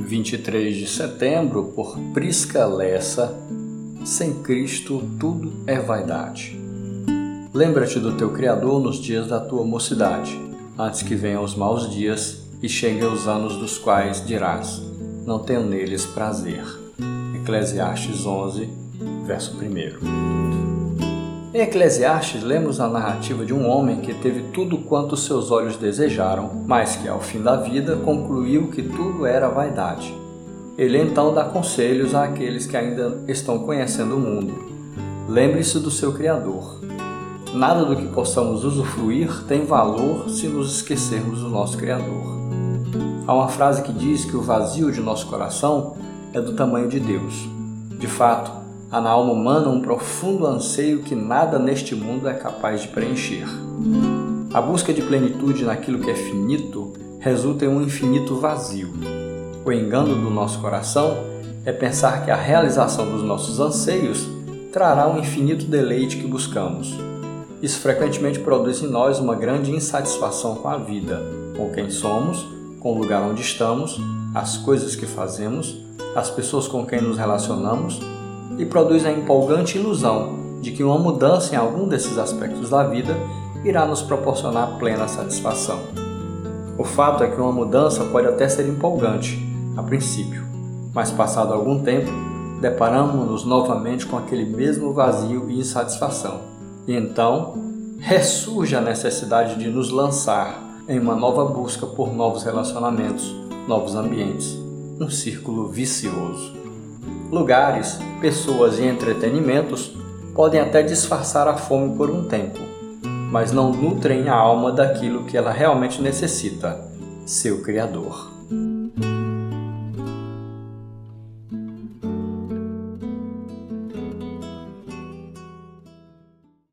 23 de setembro, por Prisca Lessa. Sem Cristo tudo é vaidade. Lembra-te do teu Criador nos dias da tua mocidade, antes que venham os maus dias e cheguem os anos dos quais dirás: não tenho neles prazer. Eclesiastes 11, verso 1. Em Eclesiastes, lemos a narrativa de um homem que teve tudo quanto seus olhos desejaram, mas que, ao fim da vida, concluiu que tudo era vaidade. Ele então dá conselhos àqueles que ainda estão conhecendo o mundo. Lembre-se do seu Criador. Nada do que possamos usufruir tem valor se nos esquecermos do nosso Criador. Há uma frase que diz que o vazio de nosso coração é do tamanho de Deus. De fato, há na alma humana um profundo anseio que nada neste mundo é capaz de preencher. A busca de plenitude naquilo que é finito resulta em um infinito vazio. O engano do nosso coração é pensar que a realização dos nossos anseios trará o infinito deleite que buscamos. Isso frequentemente produz em nós uma grande insatisfação com a vida, com quem somos, com o lugar onde estamos, as coisas que fazemos, as pessoas com quem nos relacionamos, e produz a empolgante ilusão de que uma mudança em algum desses aspectos da vida irá nos proporcionar plena satisfação. O fato é que uma mudança pode até ser empolgante, a princípio, mas passado algum tempo, deparamos-nos novamente com aquele mesmo vazio e insatisfação. E então, ressurge a necessidade de nos lançar em uma nova busca por novos relacionamentos, novos ambientes, um círculo vicioso. Lugares, pessoas e entretenimentos podem até disfarçar a fome por um tempo, mas não nutrem a alma daquilo que ela realmente necessita, seu Criador.